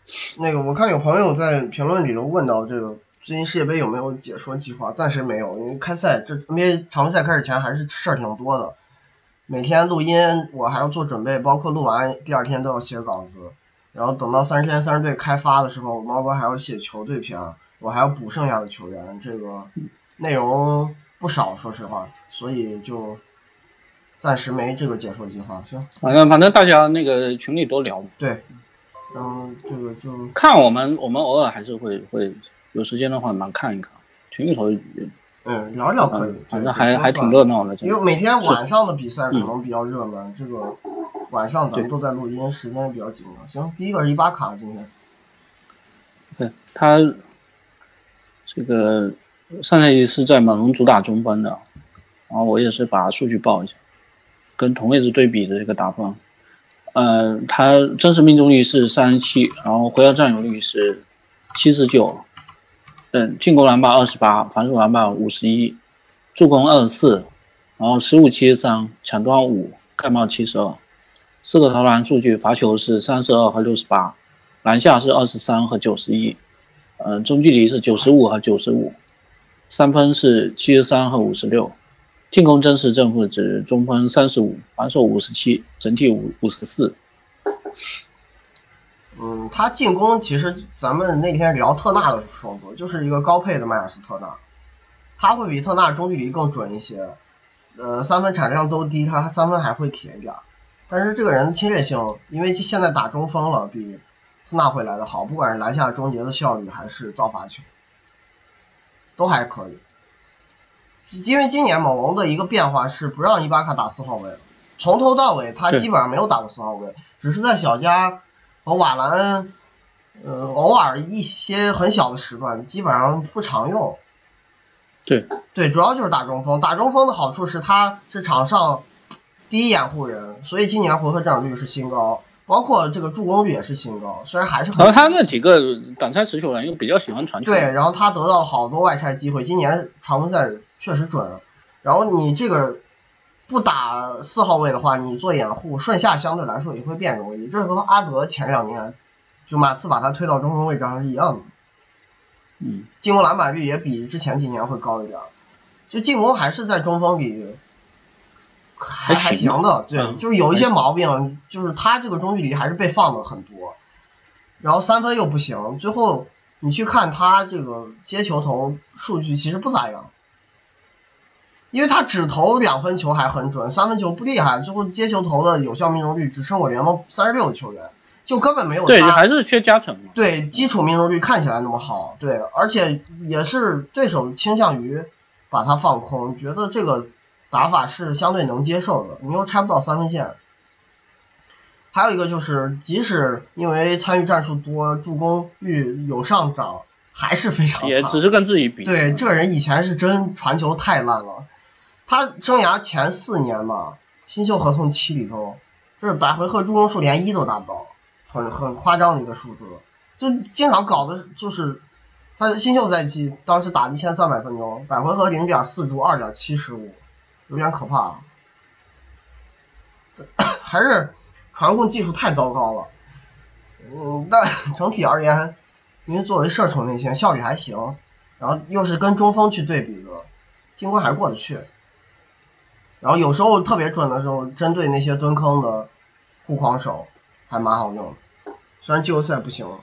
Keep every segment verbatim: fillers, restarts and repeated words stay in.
那个我看有朋友在评论里头问到这个最近世界杯有没有解说计划，暂时没有，因为开赛这 N B A 常规赛开始前还是事儿挺多的，每天录音我还要做准备，包括录完第二天都要写稿子，然后等到三十天三十队开发的时候，猫哥还要写球队篇，我还要补剩下的球员，这个内容不少，说实话，所以就暂时没这个解说计划。行， 反正反正大家那个群里都聊嘛。 对，然后这个就看我们我们偶尔还是会会有时间的话蛮看一看，群里头嗯聊聊可以， 反正还还挺热闹的。 因为每天晚上的比赛可能比较热门，这个晚上咱们都在录音，时间比较紧张。行，第一个是伊巴卡今天。 对，他这个上赛季是在猛龙主打中锋的，然后我也是把数据报一下，跟同位置对比的这个打分，呃，他真实命中率是三十七，然后回合占有率是七十九，等进攻篮板二十八，防守篮板五十一，助攻二十四，然后失误七十三，抢断五，盖帽七十二，四个投篮数据，罚球是三十二和六十八，篮下是二十三和九十一。呃，中距离是九十五和九十五，三分是七十三和五十六，进攻真实正负值中锋三十五，防守五十七，整体五五十四。 嗯，他进攻其实咱们那天聊特纳的时候，就是一个高配的迈尔斯特纳，他会比特纳中距离更准一些，呃，三分产量都低，他三分还会铁一点，但是这个人侵略性，因为现在打中锋了，比特纳会来的好，不管是篮下终结的效率还是造罚球，都还可以。因为今年猛龙的一个变化是不让伊巴卡打四号位了，从头到尾他基本上没有打过四号位，只是在小加和瓦兰，呃，偶尔一些很小的时段，基本上不常用。 对对，主要就是打中锋。打中锋的好处是他是场上第一掩护人，所以今年回合占有率是新高。包括这个助攻率也是新高，虽然还是很。 然后他那几个挡拆持球人又比较喜欢传球。 对，然后他得到好多外拆机会，今年常规赛确实准。然后你这个不打四号位的话，你做掩护顺下相对来说也会变容易，这和阿德前两年就马刺把他推到中锋位置上是一样的。 嗯， 进攻篮板率也比之前几年会高一点，就进攻还是在中锋里。还还行的，对， 嗯、 就是有一些毛病，就是他这个中距离还是被放的很多，然后三分又不行，最后你去看他这个接球投数据其实不咋样，因为他只投两分球还很准，三分球不厉害，最后接球投的有效命中率只胜过联盟三十六的球员，就根本没有他对，还是缺加成嘛。 对，基础命中率看起来那么好，对，而且也是对手倾向于把他放空，觉得这个打法是相对能接受的，你又拆不到三分线。还有一个就是，即使因为参与战术多，助攻率有上涨，还是非常差。 也只是跟自己比。 对，这个人以前是真传球太烂了。他生涯前四年嘛，新秀合同期里头，就是百回合助攻数连一都达不到，很很夸张的一个数字。就经常搞的就是，他新秀赛季当时打一千三百分钟，百回合零点四助，二点七失误。有点可怕，还是传控技术太糟糕了。嗯，但整体而言，因为作为射手内线效率还行，然后又是跟中锋去对比的，进攻还过得去。然后有时候特别准的时候，针对那些蹲坑的护框手还蛮好用的，虽然季后赛不行。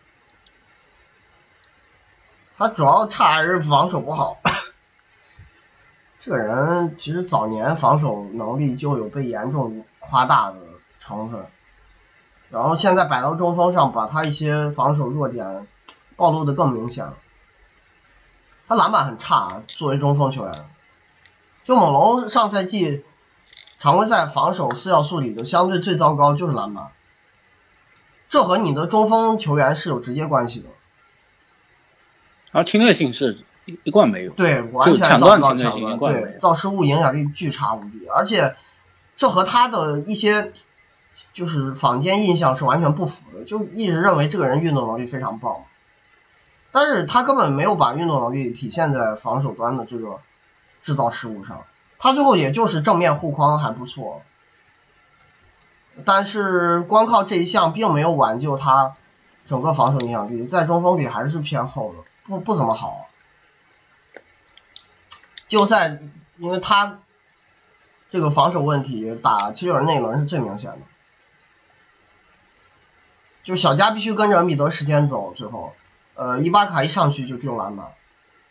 他主要差还是防守不好。这个人其实早年防守能力就有被严重夸大的成分，然后现在摆到中锋上，把他一些防守弱点暴露的更明显了。他篮板很差，作为中锋球员，就猛龙上赛季常规赛防守四要素里的相对最糟糕就是篮板，这和你的中锋球员是有直接关系的。 而侵略性是一贯没有， 对，完全造不到抢断，对，造失误影响力巨差无比，而且这和他的一些就是坊间印象是完全不符的，就一直认为这个人运动能力非常棒，但是他根本没有把运动能力体现在防守端的这个制造失误上，他最后也就是正面护框还不错，但是光靠这一项并没有挽救他整个防守影响力在中锋里还是偏后的，不不怎么好。季后赛因为他这个防守问题，打七六人那一轮是最明显的。就小加必须跟着恩比德时间走，最后，呃，伊巴卡一上去就用篮板。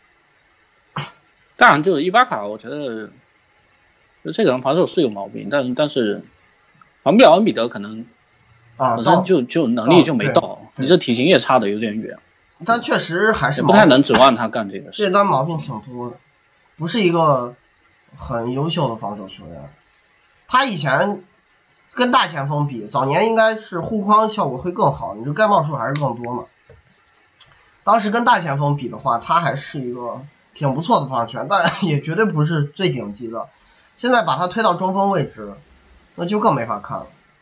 当然，就是伊巴卡，我觉得就这个人防守是有毛病，但但是防不了恩比德，可能本身就就能力就没到，你这体型也差的有点远。 但确实还是不太能指望他干这个事。 这端毛病挺多的，不是一个很优秀的防守球员。他以前跟大前锋比，早年应该是护框效果会更好，你这盖帽数还是更多嘛。当时跟大前锋比的话，他还是一个挺不错的防守球员，但也绝对不是最顶级的。现在把他推到中锋位置，那就更没法看了。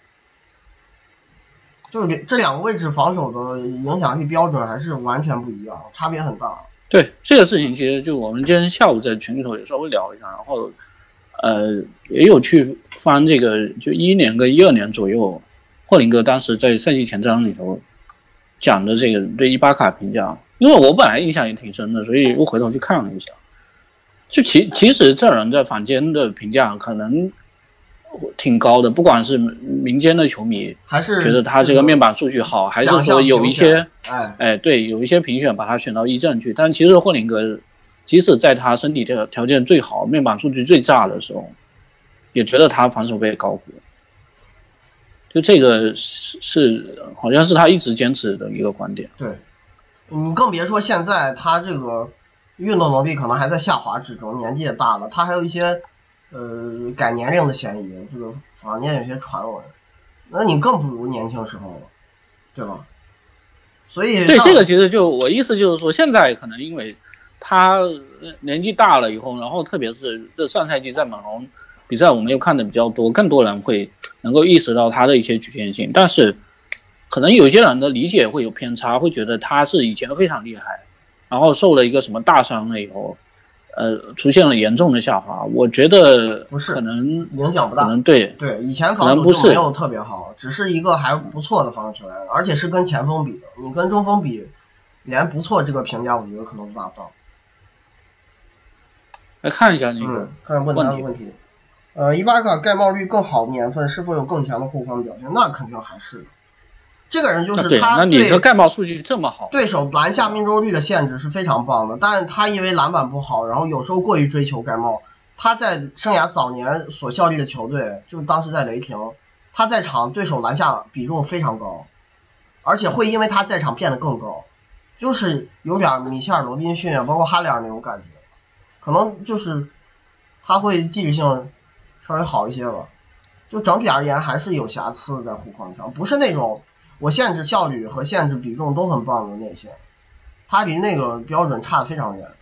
就这两个位置防守的影响力标准还是完全不一样，差别很大。 对这个事情，其实就我们今天下午在群里头也稍微聊一下，然后呃也有去翻这个，就一一年跟一二年左右，霍林格当时在赛季前瞻里头讲的这个对伊巴卡评价，因为我本来印象也挺深的，所以我回头去看了一下。就其其实这人在坊间的评价可能挺高的，不管是民间的球迷还是觉得他这个面板数据好，还是说有一些哎哎对有一些评选把他选到一阵去，但其实霍林格即使在他身体条件最好、面板数据最炸的时候，也觉得他防守被高估。就这个是是好像是他一直坚持的一个观点。 对，你更别说现在他这个运动能力可能还在下滑之中，年纪也大了，他还有一些呃改年龄的嫌疑，这个坊间有些传闻，那你更不如年轻时候了，对吧？所以对这个其实就我意思就是说，现在可能因为他年纪大了以后，然后特别是这上赛季在猛龙比赛我们又看的比较多，更多人会能够意识到他的一些局限性，但是可能有些人的理解会有偏差，会觉得他是以前非常厉害，然后受了一个什么大伤了以后，呃，出现了严重的下滑。我觉得不是， 可能影响不大。 可能对对，以前防守就没有特别好，只是一个还不错的防守球员，而且是跟前锋比的。你跟中锋比，连不错这个评价，我觉得可能达不到。 来看一下那个、 嗯，看问他的问题。呃，伊巴卡盖帽率更好的年份是否有更强的护框表现？那肯定还是的。这个人就是他对，那你这盖帽数据这么好， 对手篮下命中率的限制是非常棒的，但是他因为篮板不好，然后有时候过于追求盖帽。他在生涯早年所效力的球队，就是当时在雷霆，他在场对手篮下比重非常高，而且会因为他在场变得更高，就是有点米切尔罗宾逊啊，包括哈雷尔那种感觉，可能就是他会技术性稍微好一些吧，就整体而言还是有瑕疵在护框上，不是那种我限制效率和限制比重都很棒的内线，他离那个标准差得非常远。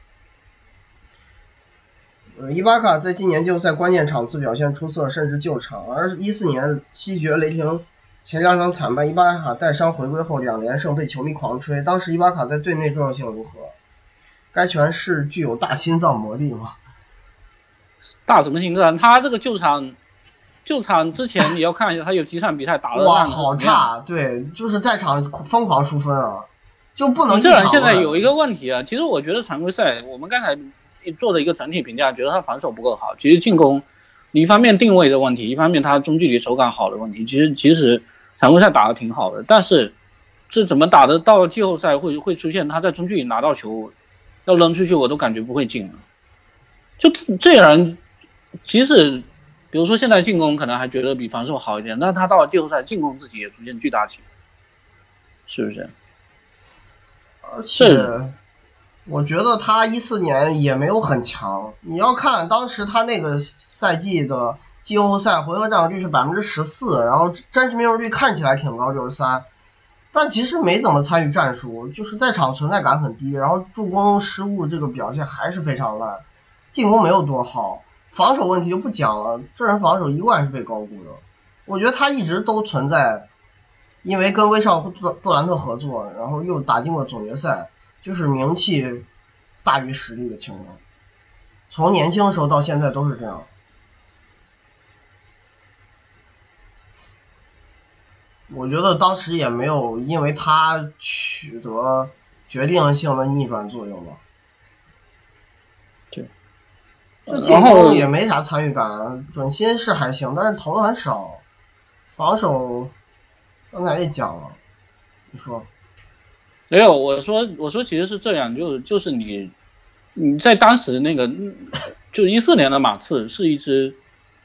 呃，伊巴卡在今年就在关键场次表现出色，甚至救场，而一四年西决雷霆前两场惨败，伊巴卡带伤回归后两连胜被球迷狂吹，当时伊巴卡在队内重要性如何？该球员是具有大心脏魔力吗？ 大什么心脏？他这个救场救场之前你要看一下，他有几场比赛打的哇好差，对，就是在场疯狂输分啊，就不能一场。这人现在有一个问题啊，其实我觉得常规赛我们刚才做的一个整体评价，觉得他防守不够好。其实进攻，你一方面定位的问题，一方面他中距离手感好的问题，其实其实常规赛打得挺好的，但是这怎么打的到了季后赛会会出现他在中距离拿到球要扔出去，我都感觉不会进了。就这人，即使比如说现在进攻可能还觉得比防守好一点，但他到了季后赛进攻自己也出现巨大起伏，是不是？ 而且我觉得他一四年也没有很强，你要看当时他那个赛季的季后赛回合占有率是百分之十四，然后真实命中率看起来挺高，六十三，但其实没怎么参与战术，就是在场存在感很低，然后助攻失误这个表现还是非常烂，进攻没有多好，防守问题就不讲了，这人防守一贯是被高估的。我觉得他一直都存在，因为跟威少杜兰特合作，然后又打进过总决赛，就是名气大于实力的情况，从年轻的时候到现在都是这样。 我觉得当时也没有因为他取得决定性的逆转作用吧。 对， 就进攻也没啥参与感，准心是还行，但是投的很少。防守刚才也讲了，你说？ 没有，我说我说其实是这样，就是就是你你在当时那个就一四年的马刺是一支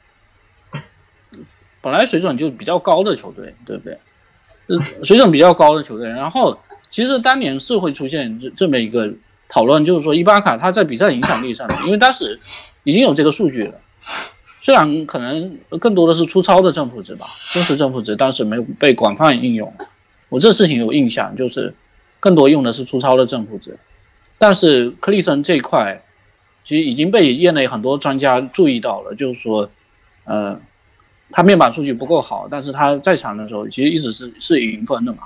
本来水准就比较高的球队，对不对？水准比较高的球队，然后其实当年是会出现这这么一个讨论，就是说伊巴卡他在比赛影响力上面，因为当时已经有这个数据了，虽然可能更多的是粗糙的正负值吧，真实正负值当时没有被广泛应用。我这事情有印象，就是更多用的是粗糙的正负值，但是克利森这一块其实已经被业内很多专家注意到了，就是说，呃。他面板数据不够好，但是他在场的时候其实一直是是赢分的嘛，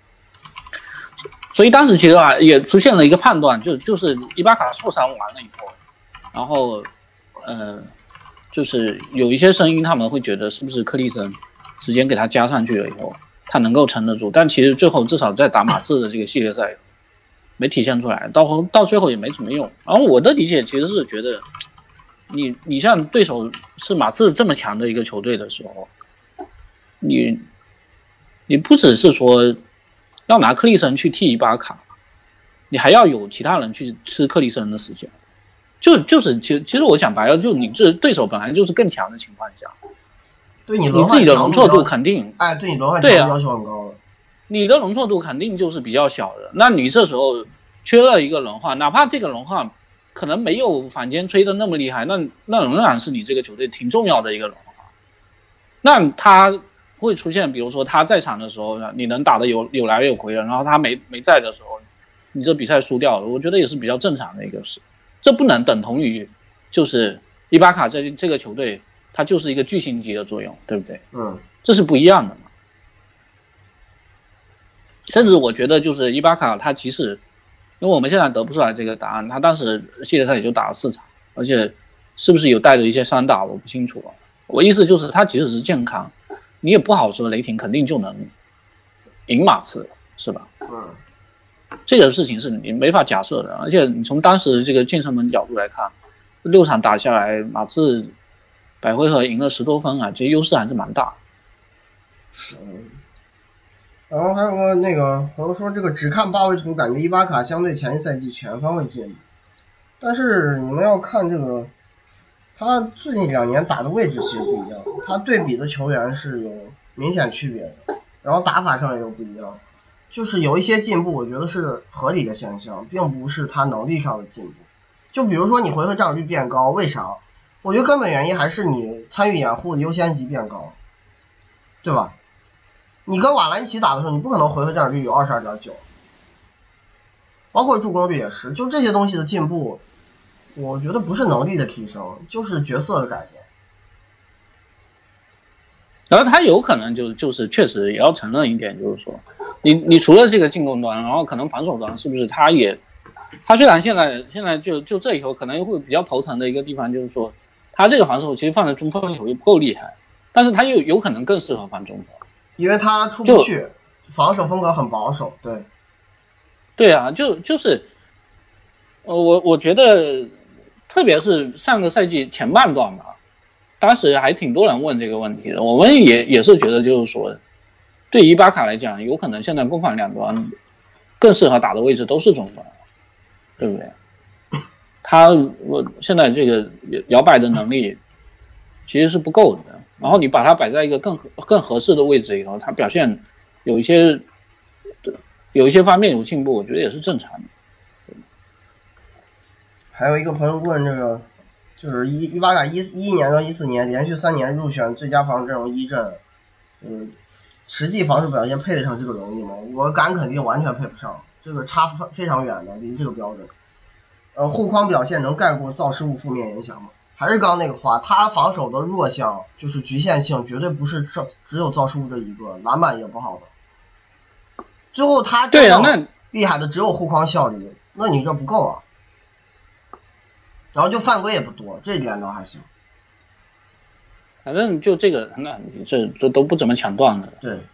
所以当时其实啊也出现了一个判断，就就是伊巴卡受伤完了以后，然后呃就是有一些声音他们会觉得是不是克利森时间给他加上去了以后，他能够撑得住，但其实最后至少在打马刺的这个系列赛没体现出来，到后到最后也没怎么用。然后我的理解其实是觉得。你你像对手是马刺这么强的一个球队的时候，你你不只是说要拿克利森去替伊巴卡，你还要有其他人去吃克利森的时间，就就是其实其实我讲白了，就你这对手本来就是更强的情况下， 对你你自己的容错度肯定， 哎，对你轮换强度要求很高的， 你的容错度肯定就是比较小的，那你这时候缺了一个轮换，哪怕这个轮换。可能没有坊间吹的那么厉害，那那仍然是你这个球队挺重要的一个轮换。那他会出现，比如说他在场的时候，你能打得有有来有回的，然后他没没在的时候，你这比赛输掉了，我觉得也是比较正常的一个事。这不能等同于就是伊巴卡这这个球队，它就是一个巨星级的作用，对不对？ 嗯， 这是不一样的嘛。甚至我觉得就是伊巴卡他即使。因为我们现在得不出来这个答案，他当时系列赛也就打了四场，而且是不是有带着一些伤打我不清楚。我意思就是他即使是健康，你也不好说雷霆肯定就能赢马刺，是吧？ 嗯， 这个事情是你没法假设的，而且你从当时这个净胜分角度来看，六场打下来，马刺百回合赢了十多分啊，这优势还是蛮大的。 嗯。然后还有个那个朋友说，这个只看八位图，感觉伊巴卡相对前一赛季全方位进步，但是你们要看这个，他最近两年打的位置其实不一样，他对比的球员是有明显区别的，然后打法上也有不一样，就是有一些进步，我觉得是合理的现象，并不是他能力上的进步。就比如说你回合占有率变高，为啥？我觉得根本原因还是你参与掩护的优先级变高，对吧？你跟瓦兰奇打的时候，你不可能回合占有率有 二十二点九， 包括助攻率也是，就这些东西的进步，我觉得不是能力的提升，就是角色的改变。 然后他有可能就就是确实也要承认一点，就是说，你你除了这个进攻端，然后可能防守端是不是他也，他虽然现在现在就就这以后可能会比较头疼的一个地方就是说，他这个防守其实放在中锋以后又不够厉害，但是他又有可能更适合防中锋。 因为他出不去，防守风格很保守，对， 对啊，就就是，呃，我我觉得，特别是上个赛季前半段吧，当时还挺多人问这个问题的，我们也也是觉得就是说，对伊巴卡来讲，有可能现在攻防两端更适合打的位置都是中锋，对不对？他我现在这个摇摆的能力其实是不够的。然后你把它摆在一个更更合适的位置以后，它表现有一些有一些方面有进步，我觉得也是正常的。 还有一个朋友问这个，就是伊伊巴卡一一年到一四年连续三年入选最佳防守阵容一阵，就是实际防守表现配得上这个荣誉吗？我敢肯定完全配不上，这个差非常远的，离这个标准。呃，护框表现能盖过造失误负面影响吗？还是刚刚那个话，他防守的弱项就是局限性，绝对不是这只有造失误这一个，篮板也不好的。最后他真正厉害的只有护框效率，那你这不够啊。然后就犯规也不多，这一点倒还行。 反正就这个，那你这这都不怎么抢断的。 对，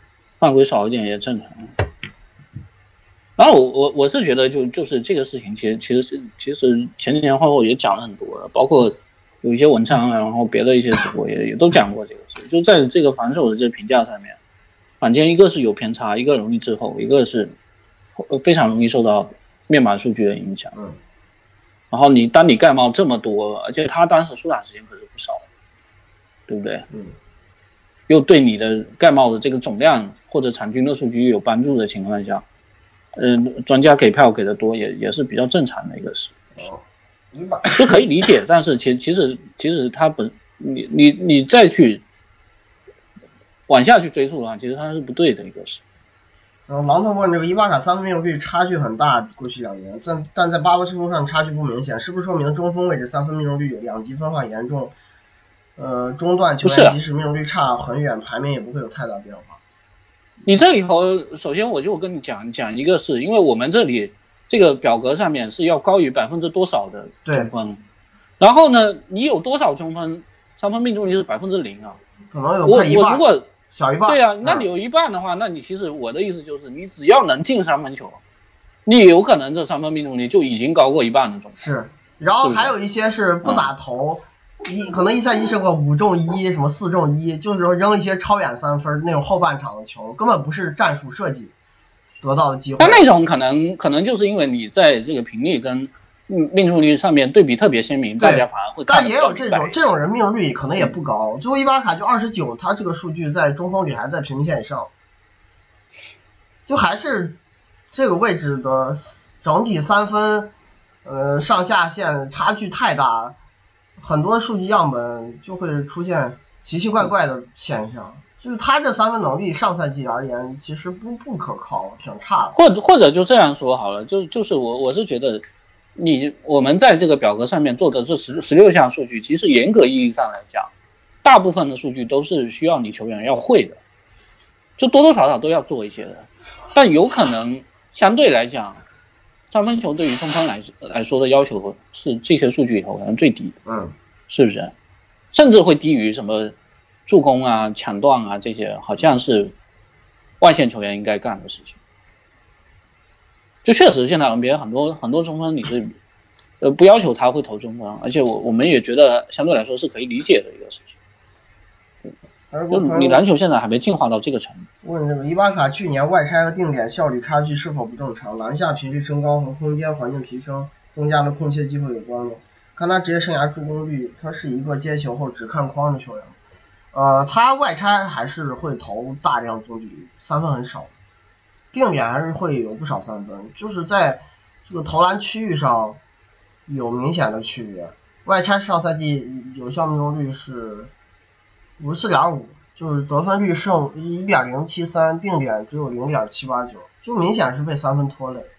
犯规少一点也正常。然后我我我是觉得就就是这个事情，其实其实其实前几年后后也讲了很多了，包括有一些文章啊，然后别的一些主播也也都讲过这个事，就在这个防守的这个评价上面，反正一个是有偏差，一个容易滞后，一个是非常容易受到面板数据的影响。 嗯。 然后你当你盖帽这么多，而且他当时出打时间可是不少，对不对？ 嗯。 又对你的盖帽的这个总量或者场均的数据有帮助的情况下。嗯、呃，专家给票给的多也也是比较正常的一个事， 哦， 就可以理解。但是其其实其实他本你你你再去往下去追溯的话，其实他是不对的一个事。 然后榔头问这个伊巴卡三分命中率差距很大，过去两年，但但在巴巴切夫上差距不明显，是不是说明中锋位置三分命中率有两极分化严重？呃，中段球员即使命中率差很远，排名也不会有太大变化。 你这里头，首先我就跟你讲讲一个是，因为我们这里这个表格上面是要高于百分之多少的中锋，然后呢，你有多少中锋三分命中率是百分之零啊？ 可能有快一半，我我如果小一半， 对啊，那你有一半的话，嗯、那你其实我的意思就是，你只要能进三分球，你有可能这三分命中率就已经高过一半的中锋。 是，然后还有一些是不咋投。嗯一可能一赛季是个五中一什么四中一，就是说扔一些超远三分那种后半场的球，根本不是战术设计得到的机会。 但那种可能可能就是因为你在这个频率跟命中率上面对比特别鲜明，大家反而会看。 但也有这种这种人命中率可能也不高，最后伊巴卡就二十九，他这个数据在中锋里还在平均线以上，就还是这个位置的整体三分呃上下限差距太大。很多数据样本就会出现奇奇怪怪的现象，就是他这三分能力上赛季而言其实不不可靠，挺差的。 或者或者就这样说好了，就就是我我是觉得，你我们在这个表格上面做的这十十六项数据，其实严格意义上来讲，大部分的数据都是需要你球员要会的，就多多少少都要做一些的，但有可能相对来讲。三分球对于中锋来来说的要求是这些数据里头可能最低的， 嗯， 是不是？甚至会低于什么助攻啊、抢断啊这些，好像是外线球员应该干的事情。就确实现在 N B A 很多很多中锋你是呃不要求他会投中锋，而且我我们也觉得相对来说是可以理解的一个事情。就你篮球现在还没进化到这个程度。 问这个伊巴卡去年外拆和定点效率差距是否不正常？篮下频率升高和空间环境提升增加了空切机会有关吗？看他职业生涯助攻率，他是一个接球后只看框的球员。呃，他外拆还是会投大量中距离，三分很少。定点还是会有不少三分，就是在这个投篮区域上有明显的区别。外拆上赛季有效命中率是五十四点五，就是得分率胜 一点零七三， 定点只有 零点七八九， 就明显是被三分拖累。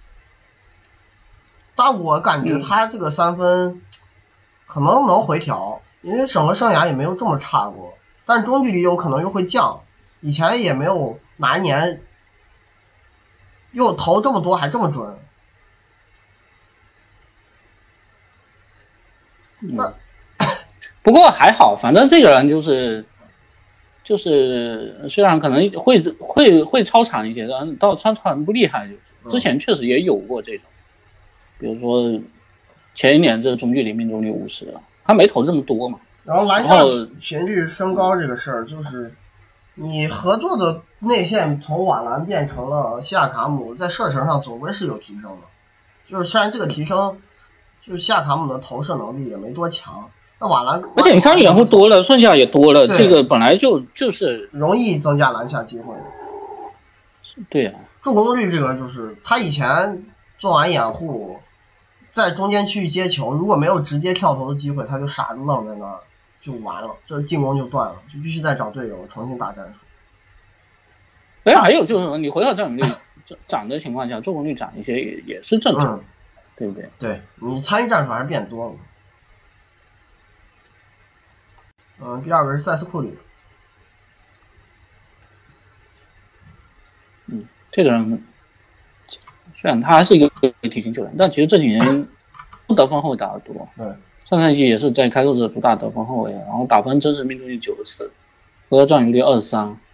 但我感觉他这个三分可能能回调，因为整个生涯也没有这么差过，但中距离有可能又会降，以前也没有哪一年又投这么多还这么准。 嗯，不过还好，反正这个人就是就是虽然可能会会会超长一些，但到超长不厉害，就是之前确实也有过这种，比如说前一年这个中距离命中率五十，他没投这么多嘛。 然后篮下频率升高这个事儿，就是你合作的内线从瓦兰变成了西亚卡姆，在射程上总归是有提升的，就是虽然这个提升就是西亚卡姆的投射能力也没多强，那瓦兰而且你伤掩护多了，剩下也多了，这个本来就就是容易增加篮下机会。 对呀、啊， 助攻率这个就是他以前做完掩护，在中间区域接球，如果没有直接跳投的机会，他就傻愣在那儿就完了，就是进攻就断了，就必须再找队友重新打战术。 哎，还有就是你回合占有率涨的情况下，助攻率涨一些也也是正常。嗯，对不对？ 对，你参与战术还是变多了。嗯，第二个是塞斯库里。 嗯，这个人虽然他还是一个体型球员，但其实这几年得分后卫打得多。 对， 上赛季也是在开拓者主打得分后卫，然后打分真实命中率九十四，回合占有率二十三，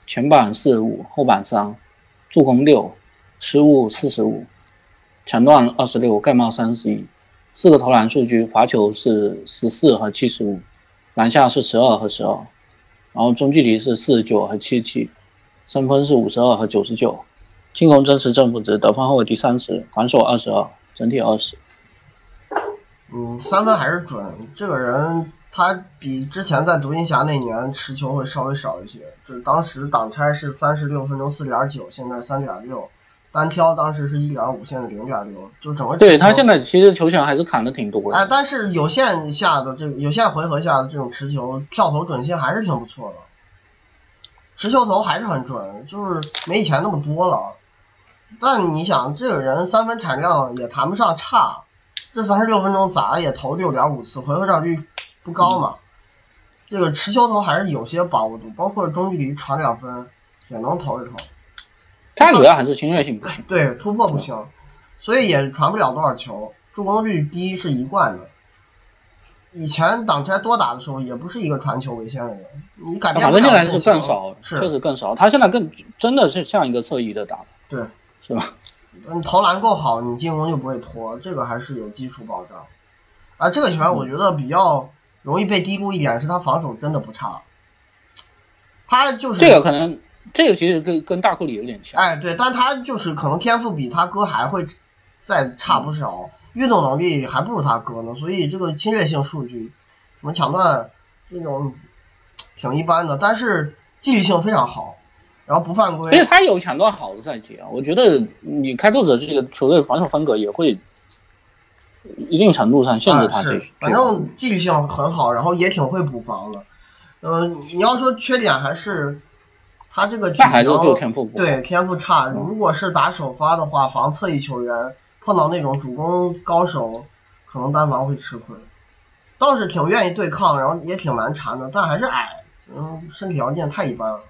前板四十五，后板三，助攻六，失误四十五，抢断二十六，盖帽三十一，四个投篮数据，罚球是十四和七十五，篮下是十二和十二，然后中距离是四十九和七十七，三分是五十二和九十九，进攻真实正负值，得分后卫第三十，防守二十二，整体二十。 嗯，三分还是准。这个人他比之前在独行侠那年持球会稍微少一些，就是当时挡拆是三十六分钟 四点九， 现在 三点六， 单挑当时是 一点五， 现在 零点六， 就整个对他现在其实球权还是砍的挺多的。 哎，但是有限下的这有限回合下的这种持球跳投准心还是挺不错的，持球投还是很准，就是没以前那么多了。但你想这个人三分产量也谈不上差，这三十六分钟咋也投 六点五 次，回合占率不高嘛。这个持球投还是有些把握度，包括中距离长两分也能投一投。 他主要还是侵略性不行， 对，突破不行，所以也传不了多少球，助攻率低是一贯的。以前挡拆多打的时候也不是一个传球为先的人，你改变不了。 反正现在是更少， 是确实更少。他现在更真的是像一个侧翼的打法， 对， 是吧？ 你投篮够好，你进攻就不会拖，这个还是有基础保障。啊，这个球员我觉得比较容易被低估一点是他防守真的不差，他就是这个可能这个其实跟跟大库里有点像。 哎，对，但他就是可能天赋比他哥还会再差不少。运动能力还不如他哥呢，所以这个侵略性数据，什么抢断这种挺一般的，但是纪律性非常好，然后不犯规。 而且他有抢断好的赛季啊，我觉得你开拓者这个球队防守风格也会一定程度上限制他这、 啊、是，反正纪律性很好，然后也挺会补防的。呃，你要说缺点还是他这个体型就天赋对天赋差，如果是打首发的话，防侧翼球员。碰到那种主攻高手，可能单防会吃亏。倒是挺愿意对抗，然后也挺难缠的，但还是矮，嗯，身体条件太一般了。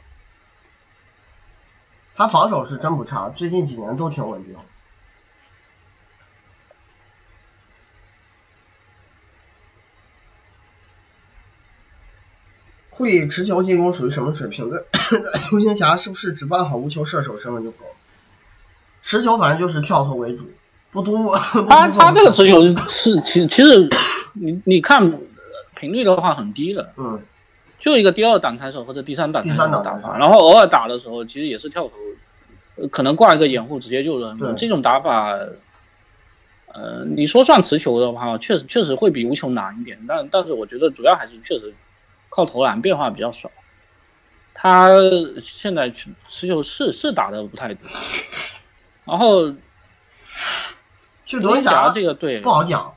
他防守是真不差，最近几年都挺稳定。库里持球进攻属于什么水平？跟独行侠是不是只办好无球射手身份就够了？持球反正就是跳投为主。不多， 他他这个持球是其其实你你看频率的话很低的， 嗯， 就一个第二挡拆手或者第三挡第三挡打法，然后偶尔打的时候其实也是跳投，可能挂一个掩护直接就扔。这种打法，呃，你说算持球的话，确实确实会比无球难一点，但但是我觉得主要还是确实靠投篮变化比较少。他现在持球是是打的不太多，然后。 去独行侠这个对不好讲，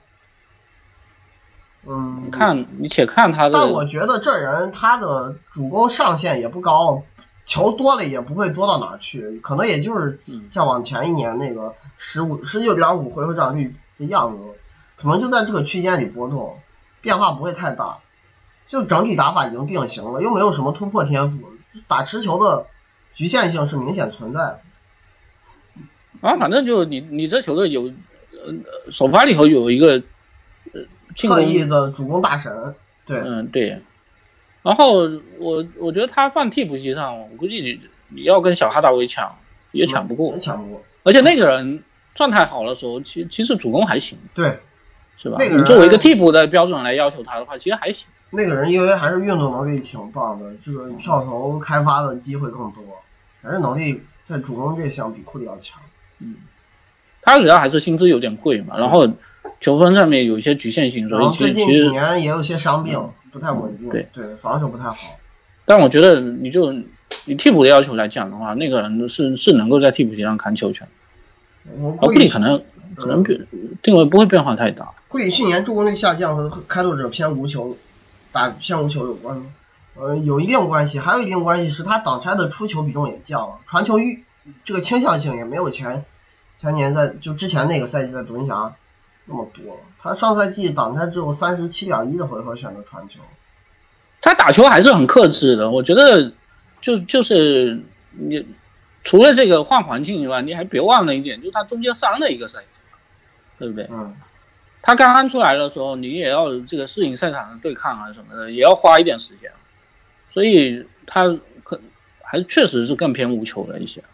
嗯， 你看你且看他的， 但我觉得这人他的主攻上限也不高，球多了也不会多到哪去，可能也就是像往前一年那个十五十九点五回合占率的样子，可能就在这个区间里波动，变化不会太大，就整体打法已经定型了，又没有什么突破天赋，打持球的局限性是明显存在的。 啊，反正就你你这球队有。呃，首发里头有一个呃侧翼的主攻大神，对， 嗯对，然后我我觉得他放替补席上，我估计你你要跟小哈达威抢也抢不过， 也抢不过。 而且那个人状态好的时候，其其实主攻还行， 对， 是吧？ 那个你作为一个替补的标准来要求他的话，其实还行。 那个人因为还是运动能力挺棒的，这个跳投开发的机会更多，还是能力在主攻这项比库里要强。 嗯。他主要还是薪资有点贵嘛，然后球风上面有一些局限性，所以最近几年也有些伤病，嗯、不太稳定， 对对，防守不太好。 但我觉得你就以替补的要求来讲的话，那个人是是能够在替补席上砍球权。库里可能可能变定位不会变化太大。 库里去年助攻率下降和开拓者偏无球打偏无球有关吗？呃，有一定关系，还有一定关系是他挡拆的出球比重也降了，传球欲这个倾向性也没有前。前年在就之前那个赛季在独行侠那么多，他上赛季挡拆只有 三十七点一 的回合选择传球， 他打球还是很克制的。我觉得就就是你除了这个换环境以外，你还别忘了一点，就是他中间伤了一个赛季，对不对？ 嗯， 他刚刚出来的时候，你也要这个适应赛场的对抗啊什么的，也要花一点时间，所以他可还确实是更偏无球的一些。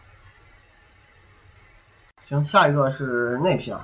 行，下一个是内皮尔。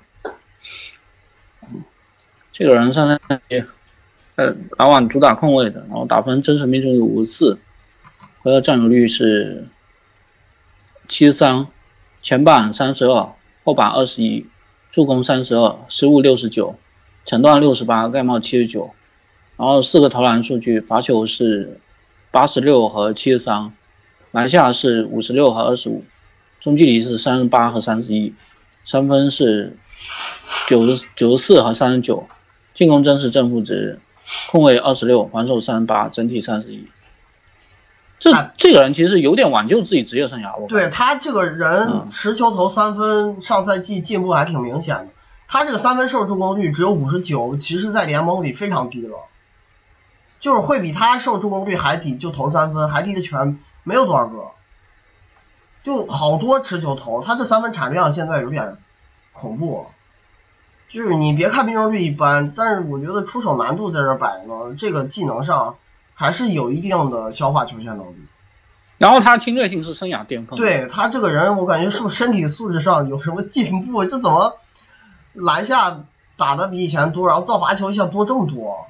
这个人上赛季在篮网主打控卫的，然后打分真实命中率五十四，回合占有率是七十三，前板三十二，后板二十一，助攻三十二，失误六十九，抢断六十八，盖帽七十九，然后四个投篮数据，罚球是八十六和七十三，篮下是五十六和二十五，中距离是三十八和三十一，三分是九十九十四和三十九，进攻真实正负值，控卫二十六，防守三十八，整体三十一。这、啊、这个人其实有点挽救自己职业生涯。我对他这个人持球投三分，上赛季进步还挺明显的。他这个三分受助攻率只有五十九，其实在联盟里非常低了，就是会比他受助攻率还低，就投三分还低的全没有多少个，就好多持球投，他这三分产量现在有点恐怖。就是你别看命中率一般，但是我觉得出手难度在这摆呢，这个技能上还是有一定的消化球权能力。 然后他侵略性是生涯巅峰。 对，他这个人我感觉是不是身体素质上有什么进步？这怎么篮下打的比以前多，然后造罚球一下多这么多？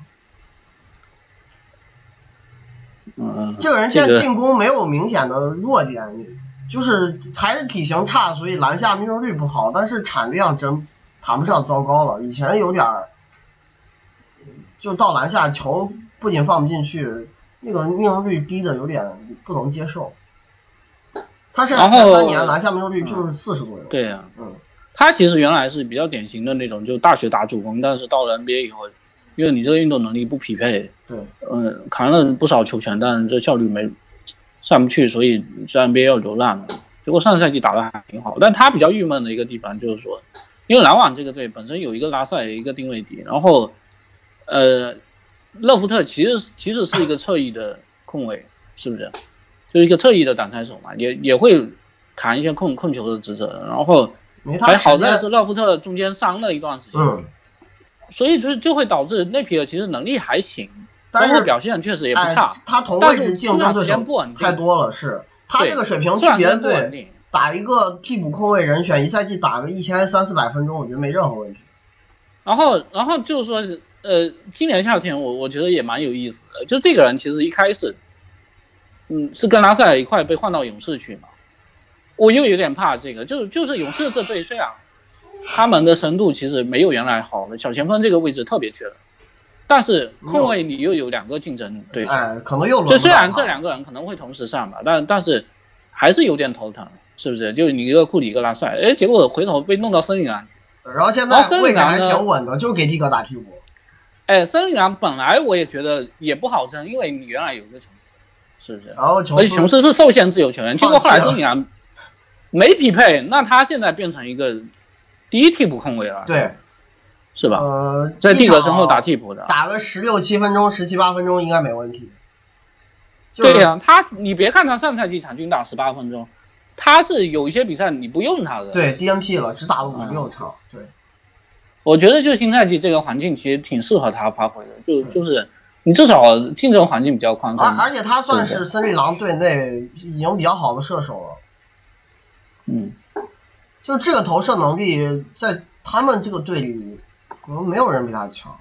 嗯， 这个人现在进攻没有明显的弱点，这个、就是还是体型差，所以篮下命中率不好，但是产量真谈不上糟糕了。以前有点就到篮下球不仅放不进去，那个命中率低的有点不能接受。他现在前三年篮下命中率就是四十左右。 对呀、啊， 嗯， 他其实原来是比较典型的那种，就大学打主攻，但是到了 N B A 以后，因为你这个运动能力不匹配， 对， 嗯，扛了不少球权，但是这效率没上不去，所以在 N B A 要流浪了。结果上赛季打得还挺好，但他比较郁闷的一个地方就是说，因为篮网这个队本身有一个拉塞，有一个定位低，然后，呃，勒福特其实其实是一个侧翼的控卫，是不是？就是一个侧翼的展开手嘛，也也会扛一些控控球的职责，然后还好在是勒福特中间伤了一段时间， 嗯， 所以就就会导致内皮尔其实能力还行，包括表现确实也不差， 哎、他同位置竞争对手太多了，是他这个水平去别的队打一个替补控卫人选，一赛季打个一千三四百分钟，我觉得没任何问题。 然后然后就是说是呃，今年夏天我我觉得也蛮有意思的，就这个人其实一开始。嗯，是跟拉塞尔一块被换到勇士去嘛？我又有点怕这个，就就是勇士这队虽然他们的深度其实没有原来好了，小前锋这个位置特别缺了，但是控卫里又有两个竞争对手， 哎，可能又轮不到他。就虽然这两个人可能会同时上吧，但但是还是有点头疼，是不是？就你一个库里一个拉塞尔，哎，结果回头被弄到森林狼去， 然后现在位置还挺稳的，就给蒂格打替补。 哎，森林狼本来我也觉得也不好争，因为你原来有一个琼斯。是不是？ 然后而且琼斯是受限自由球员，结果后来森林狼没匹配，那他现在变成一个第一替补控卫了， 对， 是吧？ 呃， 在蒂格身后打替补的， 打个十六七分钟、十七八分钟应该没问题。 就是、对呀、啊，他你别看他上赛季场均打十八分钟，他是有一些比赛你不用他的， 对 D N P 了，只打了五十六场、嗯。对， 我觉得就新赛季这个环境其实挺适合他发挥的，就就是。你至少竞争环境比较宽松， 而而且他算是森林狼队内已经比较好的射手了。 嗯， 就这个投射能力，在他们这个队里，可能没有人比他强。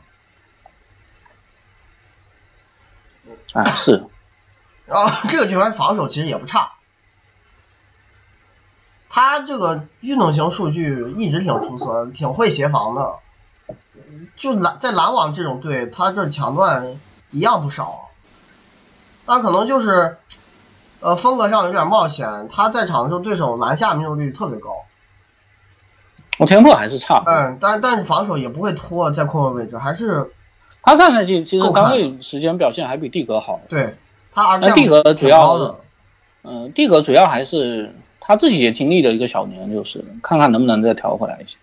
哎，是。 然后这个球员防守其实也不差，他这个运动型数据一直挺出色，挺会协防的。就篮在篮网这种队，他这抢断一样不少，但可能就是呃风格上有点冒险，他在场的时候对手篮下命中率特别高。 我天赋还是差， 嗯，但但是防守也不会拖在控卫位置，还是他上赛季其实单位时间表现还比蒂格好。 对，他而且蒂格主要的，嗯，蒂格主要还是他自己也经历了一个小年，就是看看能不能再调回来一些。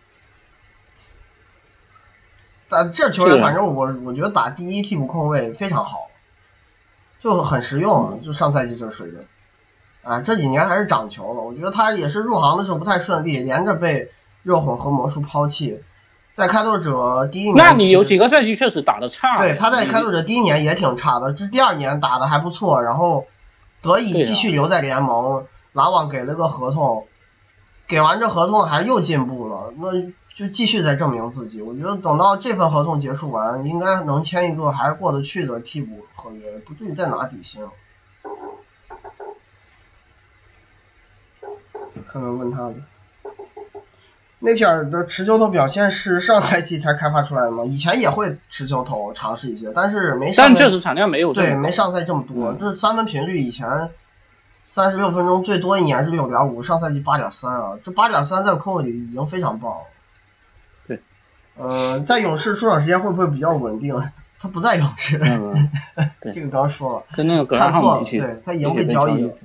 但这球员反正我我觉得打第一替补控卫非常好，就很实用，就上赛季这个水平，啊，这几年还是长球了。我觉得他也是入行的时候不太顺利，连着被热火和魔术抛弃，在开拓者第一年， 那你有几个赛季确实打得差。 对，他在开拓者第一年也挺差的，这第二年打得还不错，然后得以继续留在联盟，篮网给了个合同，给完这合同还又进步了，那就继续在证明自己。我觉得等到这份合同结束完，应该能签一个还是过得去的替补合约，不至于再拿底薪。看看问他的。那片儿的持球投表现是上赛季才开发出来的吗？以前也会持球投尝试一些，但是没上。 但确实产量没有这么对，没上赛这么多。这、嗯、三分频率以前三十六分钟最多一年是六点五，上赛季八点三啊，这八点三在控卫里已经非常棒了。 对， 呃，在勇士出场时间会不会比较稳定？他不在勇士， 嗯、 这个刚说了， 跟那个格看错了， 对他已经被交易了。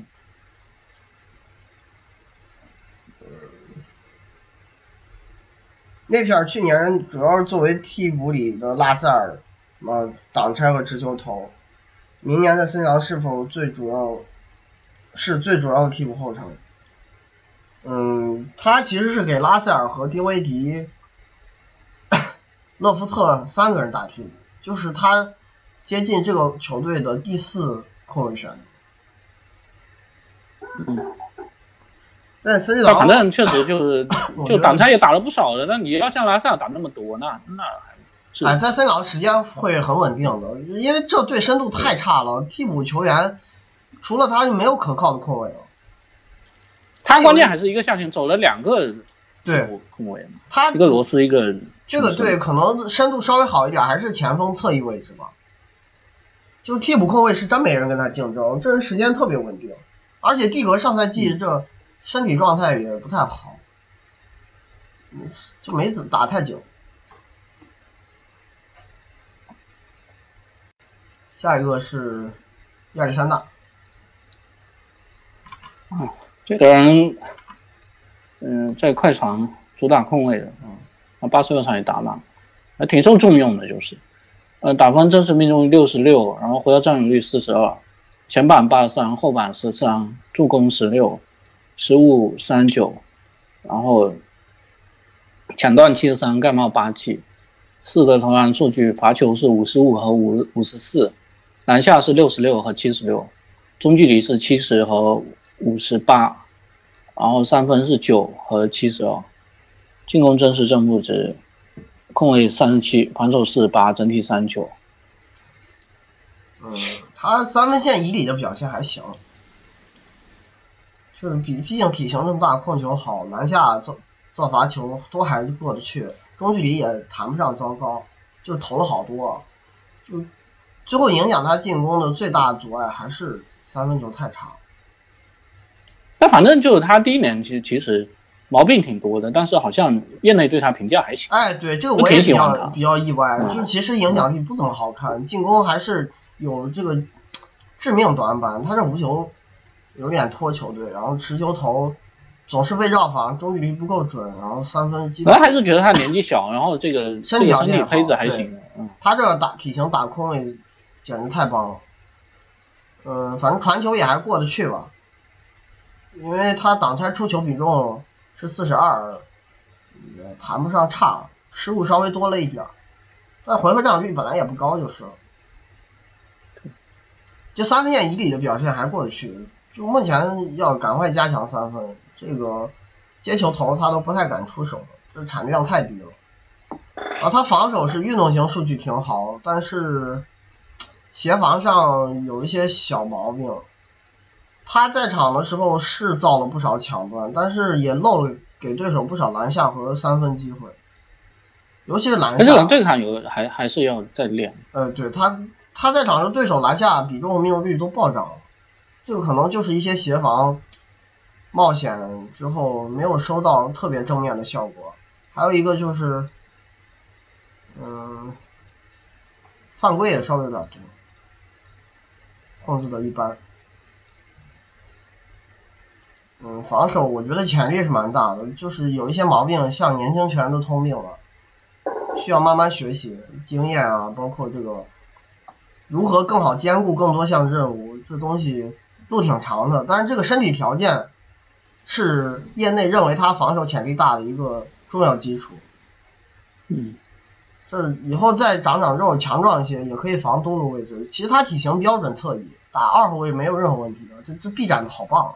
那片去年主要是作为替补里的拉塞尔，呃，挡拆和持球投。明年在森林狼是否最主要是最主要的替补后场？嗯，他其实是给拉塞尔和丁威迪、勒夫特三个人打替补，就是他接近这个球队的第四控卫选。 嗯。 在森林狼， 反正确实就是就挡拆也打了不少了，但你要像拉塞尔打那么多，那那还是哎，在森林狼时间会很稳定的，因为这队深度太差了，替补球员除了他就没有可靠的控卫了。 他关键还是一个夏天走了两个对控卫， 他一个罗斯一个这个队可能深度稍微好一点，还是前锋侧翼位置吧。就替补控卫是真没人跟他竞争，这人时间特别稳定，而且蒂格上赛季这。嗯身体状态也不太好，就没打太久。下一个是亚历山大。 哦，这个人，嗯、呃，在快船主打控卫的， 嗯， 啊，八十六场也打满，还挺受重用的，就是，呃，打分真实命中率六十六，然后回合占有率四十二，前板八十三，后板十三，助攻十六。失误三九，然后抢断七十三，盖帽八七，四个投篮数据，罚球是五十五和五五十四，篮下是六十六和七十六，中距离是七十和五十八，然后三分是九和七十二，进攻真实正负值，控卫三十七，防守四十八，整体三十九。 嗯，他三分线以里的表现还行。就是比毕竟体型这么大，控球好，篮下造造罚球都还过得去，中距离也谈不上糟糕，就是投了好多，就最后影响他进攻的最大阻碍还是三分球太差。 那反正就是他第一年其实其实毛病挺多的，但是好像业内对他评价还行。 哎，对，这个我也比较比较意外，嗯、就其实影响力不怎么好看，进攻还是有这个致命短板，他这无球。有点拖球队，然后持球投总是被绕防，中距离不够准，然后三分基本。 我还是觉得他年纪小，然后这个身体条件配置还行。 嗯，他这个打体型打空位简直太棒了。嗯，反正传球也还过得去吧，因为他挡拆出球比重是四十二，也谈不上差，失误稍微多了一点，但回合占有率本来也不高就是了。就三分线以里的表现还过得去。就目前要赶快加强三分，这个接球投他都不太敢出手，这产量太低了。啊，他防守是运动型数据挺好，但是协防上有一些小毛病。他在场的时候是造了不少抢断，但是也漏了给对手不少篮下和三分机会，尤其是篮下。 这个这个有还还是要再练。 呃，对他他在场时对手篮下比重命中率都暴涨了。这个可能就是一些协防冒险之后没有收到特别正面的效果，还有一个就是，嗯，犯规也稍微有点多，控制的一般。嗯，防守我觉得潜力是蛮大的，就是有一些毛病像年轻球员都通病了，需要慢慢学习经验啊，包括这个如何更好兼顾更多项任务，这东西。路挺长的，但是这个身体条件是业内认为他防守潜力大的一个重要基础。 嗯， 就是以后再长长肉强壮一些，也可以防东路位置。其实他体型标准侧翼，打二后卫没有任何问题的，这这臂展的好棒。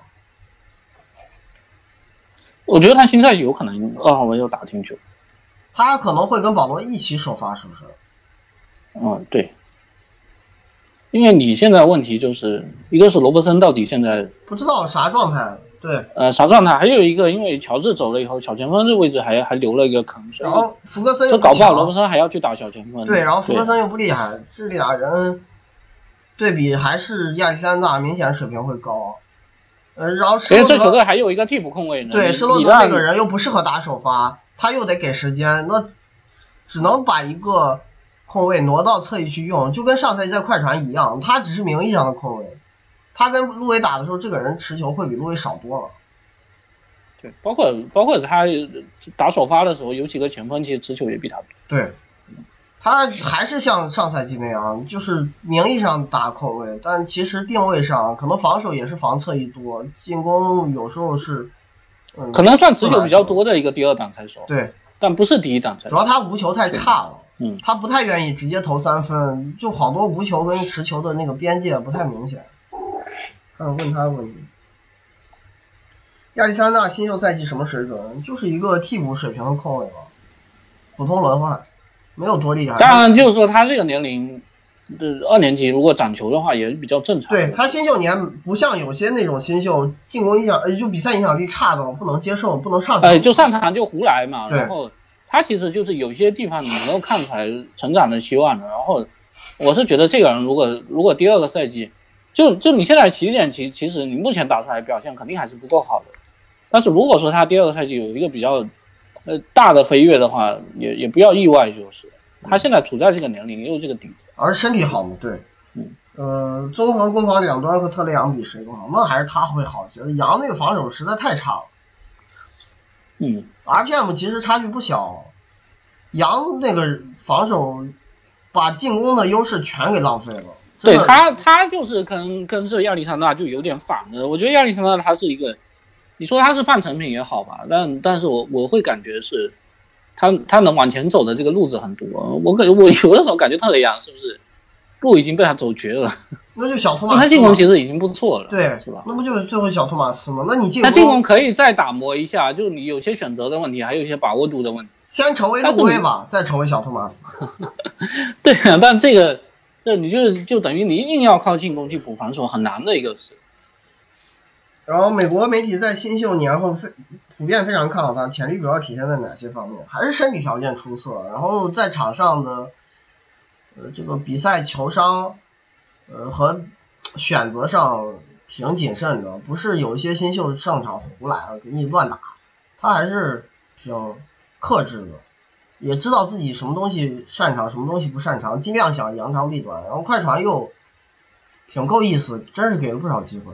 我觉得他新赛季有可能二号位又打挺久。 他可能会跟保罗一起首发，是不是？ 嗯，对。因为你现在问题就是一个是罗伯森到底现在不知道啥状态，对， 呃啥状态，还有一个因为乔治走了以后，小前锋这位置还还留了一个坑， 然后福格森又不搞不好罗伯森还要去打小前锋， 对，然后福格森又不厉害，这俩人对比还是亚历山大明显水平会高，呃，然后施罗德这球队还有一个替补控卫呢， 对，施罗德那个人又不适合打首发，他又得给时间，那只能把一个控卫挪到侧翼去用，就跟上赛季在快船一样，他只是名义上的控卫，他跟路维打的时候，这个人持球会比路维少多了。 对，包括包括他打首发的时候，有几个前锋其实持球也比他多。 对，他还是像上赛季那样，就是名义上打控卫，但其实定位上可能防守也是防侧翼多，进攻有时候是，嗯， 可能算持球比较多的一个第二档才手。 对， 但不是第一档才手。 主要他无球太差了。 嗯， 他不太愿意直接投三分，就好多无球跟持球的那个边界不太明显。看我问他的问题，亚历山大新秀赛季什么水准？就是一个替补水平的控卫吧，普通轮换，没有多厉害。 当然，就是说他这个年龄，二年级如果长球的话也比较正常。 对，他新秀年不像有些那种新秀进攻影响，就比赛影响力差的不能接受，不能上场。 哎，就上场就胡来嘛， 对， 然后。他其实就是有些地方你能够看出来成长的希望的，然后我是觉得这个人如果如果第二个赛季，就就你现在起点其其实你目前打出来表现肯定还是不够好的，但是如果说他第二个赛季有一个比较呃大的飞跃的话，也也不要意外，就是他现在处在这个年龄也有这个底子， 而身体好嘛，对， 嗯， 呃，综合攻防两端和特雷杨比谁更好？那还是他会好一些，杨那个防守实在太差了。 嗯 ，R P M 其实差距不小，杨那个防守把进攻的优势全给浪费了。 对他，他就是跟跟这亚历山大就有点反的。我觉得亚历山大他是一个，你说他是半成品也好吧，但但是我我会感觉是，他他能往前走的这个路子很多。我感我有的时候感觉特雷杨是不是路已经被他走绝了？ 那就小托马斯， 他进攻其实已经不错了， 对， 是吧？ 那不就是最后小托马斯吗？那你进攻， 他进攻可以再打磨一下，就你有些选择的问题，还有一些把握度的问题。 先成为路威吧，再成为小托马斯。 对啊，但这个，这你就就等于你硬要靠进攻去补防守，很难的一个事。 然后美国媒体在新秀年后非普遍非常看好他，潜力主要体现在哪些方面？还是身体条件出色，然后在场上的呃这个比赛球商呃和选择上挺谨慎的，不是有一些新秀上场胡来给你乱打，他还是挺克制的，也知道自己什么东西擅长，什么东西不擅长，尽量想扬长避短。然后快船又挺够意思，真是给了不少机会。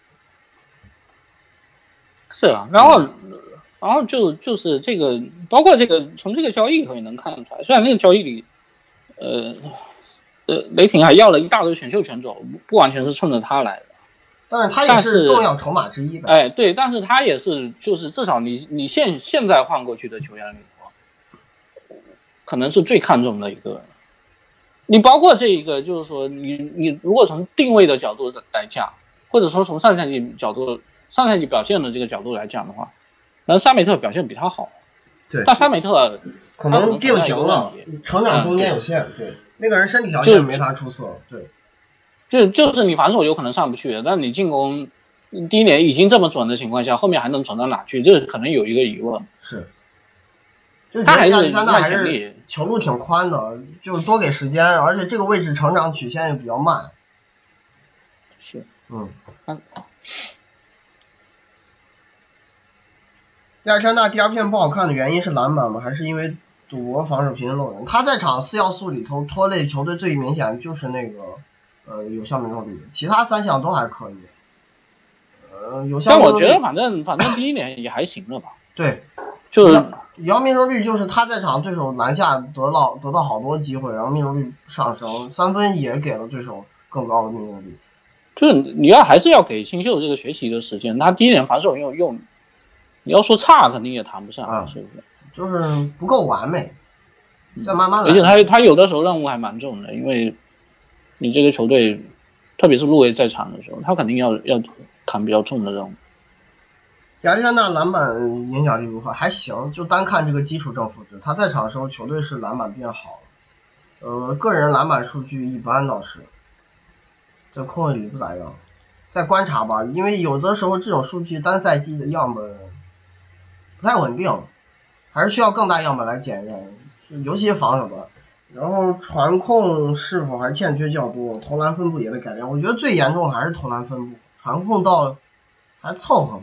是啊，然后，然后就就是这个，包括这个从这个交易可以能看得出来，虽然那个交易里，呃呃，雷霆还要了一大堆选秀权走，不完全是冲着他来的， 但是他也是重要筹码之一呗。 哎，对，但是他也是，就是至少你你现现在换过去的球员里头，可能是最看重的一个。你包括这一个，就是说你你如果从定位的角度来讲，或者说从上赛季角度。上赛季表现的这个角度来讲的话，可能沙梅特表现比他好。 对， 但沙梅特可能定型了，成长空间有限。嗯、对，那个人身体条件没他出色。对， 就就是你防守有可能上不去，但你进攻第一年已经这么准的情况下，后面还能准到哪去？这可能有一个疑问。 是，就他还是亚历山大还是球路挺宽的，就是多给时间，而且这个位置成长曲线也比较慢。 是， 嗯。 嗯亚历山大第二片不好看的原因是篮板吗？还是因为赌博防守频频漏人？他在场四要素里头拖累球队最明显就是那个呃有效命中率，其他三项都还可以。呃，有效命中率。但我觉得反正反正第一年也还行了吧。 对， 就是有效命中率就是他在场对手篮下得到得到好多机会，然后命中率上升，三分也给了对手更高的命中率。 就是你要还是要给新秀这个学习的时间，他第一年防守用用。你要说差肯定也谈不上， 啊、 是不是？ 就是不够完美。 再慢慢来。 而且他他有的时候任务还蛮重的，因为你这个球队，特别是路维在场的时候，他肯定要要扛比较重的任务。 亚历山大篮板影响力如何？还行，就单看这个基础正负值，他在场的时候球队是篮板变好了，呃，个人篮板数据一般倒是，这控卫里不咋样。再观察吧，因为有的时候这种数据单赛季的样本不太稳定，还是需要更大样本来检验，尤其是防守的。然后传控是否还欠缺较多，投篮分布也得改变。我觉得最严重的还是投篮分布，传控到还凑合吧。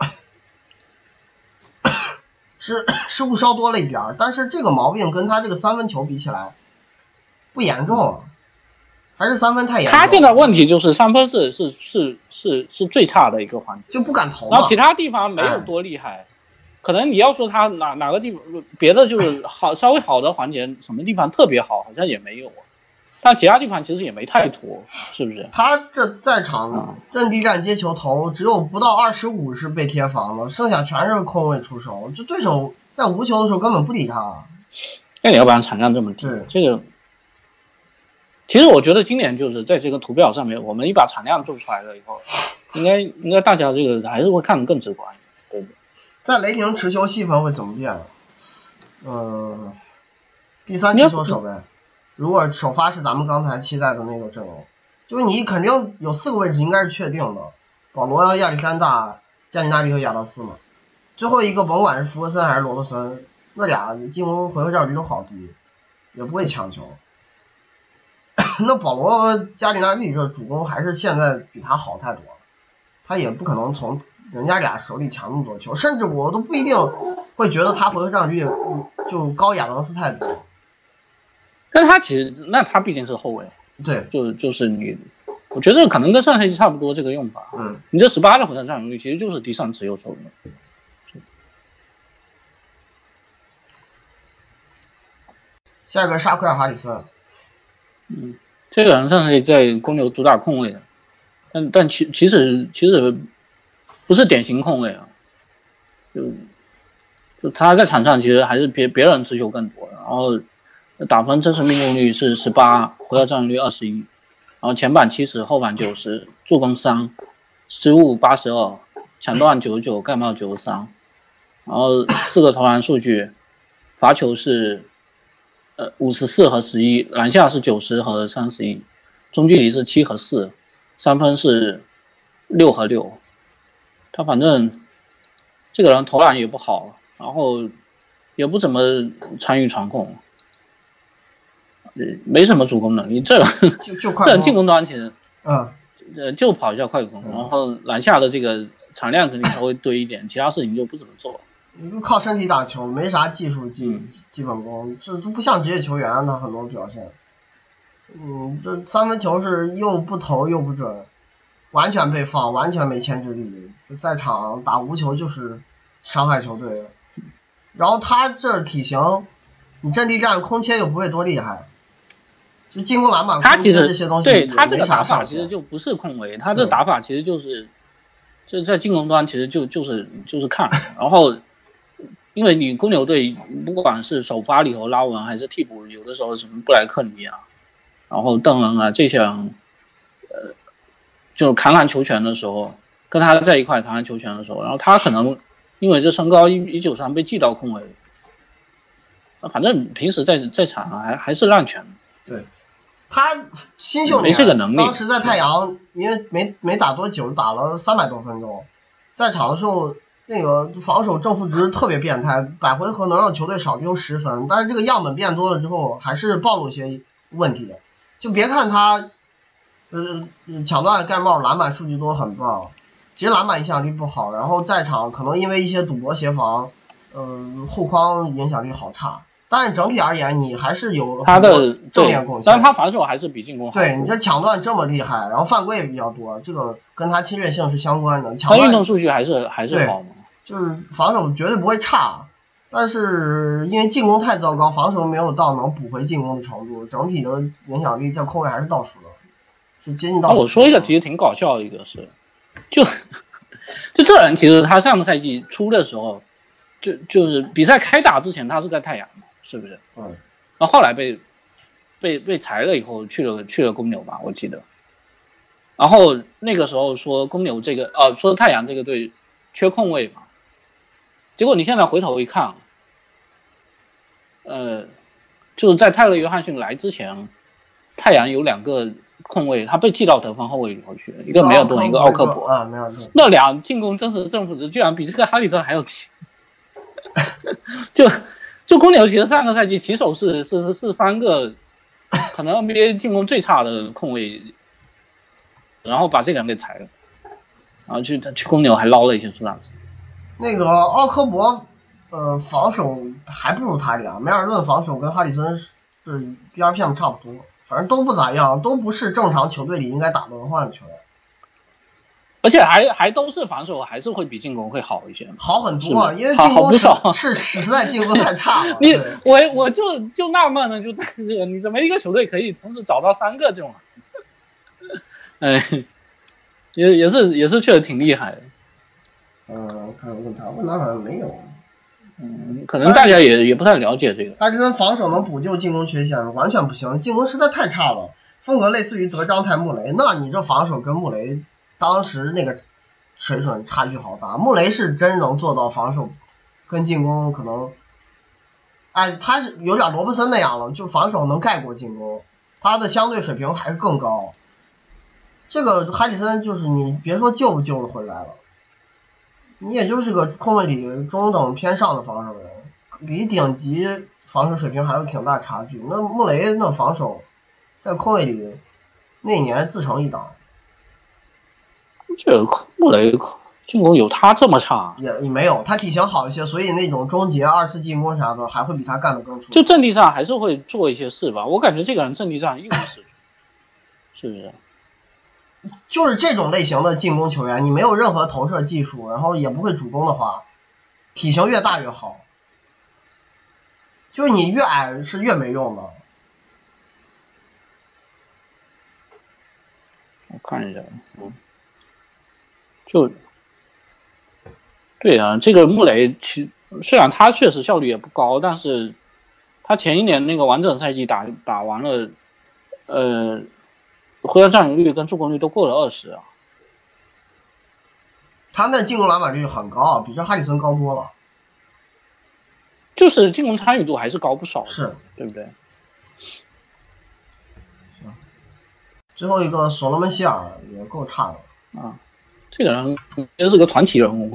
是失误稍多了一点，但是这个毛病跟他这个三分球比起来不严重，还是三分太严重。 他现在问题就是三分是是是是是最差的一个环节， 就不敢投嘛。 然后其他地方没有多厉害，哎、可能你要说他哪哪个地方别的就是好稍微好的环节，什么地方特别好，好像也没有。但其他地方其实也没太妥，是不是？ 他这在场阵地战接球投只有不到二十五是被贴防的，剩下全是空位出手，这对手在无球的时候根本不理他。 那你要不然产量这么低，这个其实我觉得今年就是在这个图表上面，我们一把产量做出来了以后，应该应该大家这个还是会看得更直观，对不对？ 在雷霆持球细分会怎么变？呃，第三持球手呗。如果首发是咱们刚才期待的那个阵容，就是你肯定有四个位置应该是确定的，保罗、亚历山大、加里纳利和亚当斯嘛。最后一个甭管是弗格森还是罗伯森，那俩进攻回合占有率都好低，也不会抢球。那保罗、加里纳利这主攻还是现在比他好太多了，他也不可能从人家俩手里抢那么多球，甚至我都不一定会觉得他回合占有率就高亚当斯太多。 但他其实，那他毕竟是后卫， 对， 就就是你，我觉得可能跟上赛季差不多这个用法。 嗯， 你这十八的回合占有率其实就是第三持有手的。 下一个沙奎尔·哈里森， 嗯，这个人上赛季在公牛主打控卫的，但但其其实其实不是典型控卫啊，就就他在场上其实还是别别人持球更多，然后。打分真实命中率是十八，回合占有率二十一，然后前板七十，后板九十，助攻三，失误八十二，抢断九十九，盖帽九十三，然后四个投篮数据，罚球是呃五十四和十一，篮下是九十和三十一，中距离是七和四，三分是六和六，他反正这个人投篮也不好，然后也不怎么参与传控。没什么主攻能力，这就就快攻， 这进攻端其实， 嗯， 呃，就跑一下快攻，然后篮下的这个产量肯定稍微堆一点，其他事情就不怎么做。 你靠身体打球，没啥技术基基本功，这都不像职业球员他很多表现。嗯，这三分球是又不投又不准，完全被放，完全没牵制力，就在场打无球就是伤害球队。然后他这体型，你阵地战空切又不会多厉害。就进攻篮板， 他其实这些东西对他这个打法其实就不是控卫，他这打法其实就是，就在进攻端其实就就是就是看，然后，因为你公牛队不管是首发里头拉文还是替补，有的时候什么布莱克尼啊，然后邓恩啊这些人，呃，就砍砍球权的时候，跟他在一块砍砍球权的时候，然后他可能因为这身高一一九三被记到控卫，反正平时在在场上还还是烂拳。 对，他新秀没这个能力， 当时在太阳，因为没没打多久，打了三百多分钟，在场的时候那个防守正负值特别变态，百回合能让球队少丢十分，但是这个样本变多了之后，还是暴露一些问题。就别看他，呃，抢断、盖帽、篮板数据都很棒，其实篮板影响力不好，然后在场可能因为一些赌博协防，呃，后框影响力好差。但整体而言，你还是有他的正面贡献， 但是他防守还是比进攻好。 对，你这抢断这么厉害，然后犯规也比较多，这个跟他侵略性是相关的。抢断他运动数据还是还是好嘛， 就是防守绝对不会差，但是因为进攻太糟糕，防守没有到能补回进攻的程度，整体的影响力在控卫还是倒数的，是接近倒数。 我说一个其实挺搞笑的一个是，就就这人其实他上个赛季初的时候，就就是比赛开打之前他是在太阳嘛。是不是？ 嗯， 然后后来被被被裁了以后去了去了公牛吧，我记得。然后那个时候说公牛这个呃说太阳这个队缺控卫嘛，结果你现在回头一看，呃，就是在泰勒约翰逊来之前，太阳有两个控卫，他被踢到得分后卫里头去了，一个梅尔顿，一个奥科博啊，梅尔顿。 那俩进攻真实正负值居然比这个哈里森还要低，就就公牛其实上个赛季起手是是是是三个可能 N B A 进攻最差的控卫，然后把这个人给裁了，然后去去公牛还捞了一些出场时间。 那个奥科博，呃，防守还不如他俩，梅尔顿防守跟哈里森是 D R P M 差不多，反正都不咋样，都不是正常球队里应该打轮换的球员。 而且还还都是防守，还是会比进攻会好一些， 好很多，因为进攻是是实在进攻太差了。 你我我就就纳闷了，就在这个你怎么一个球队可以同时找到三个这种，哎，也也是也是确实挺厉害的。 嗯，看问他问他好像没有。 嗯，可能大家也也不太了解这个。 哈里森防守能补救进攻缺陷，完全不行，进攻实在太差了，风格类似于德章泰穆雷，那你这防守跟穆雷当时那个水准差距好大。穆雷是真能做到防守跟进攻可能，哎，他是有点罗伯森那样了，就防守能盖过进攻，他的相对水平还是更高。这个哈里森就是你别说救不救了回来了，你也就是个控卫里中等偏上的防守人，离顶级防守水平还有挺大差距。那穆雷那防守在控卫里那年自成一档。 这穆雷进攻有他这么差？ 也也没有，他体型好一些，所以那种终结二次进攻啥的还会比他干得更出色。 就阵地上还是会做一些事吧，我感觉这个人阵地上一无是处，是不是？ 就是这种类型的进攻球员，你没有任何投射技术，然后也不会主攻的话，体型越大越好。就是你越矮是越没用的。 我看一下，嗯，就对啊，这个穆雷其虽然他确实效率也不高，但是他前一年那个完整赛季打打完了，呃。回合占有率跟助攻率都过了二十啊！ 他那进攻篮板率很高，比这哈里森高多了。 就是进攻参与度还是高不少， 是， 对不对？ 行，最后一个所罗门希尔也够差的啊，这个人也是个传奇人物。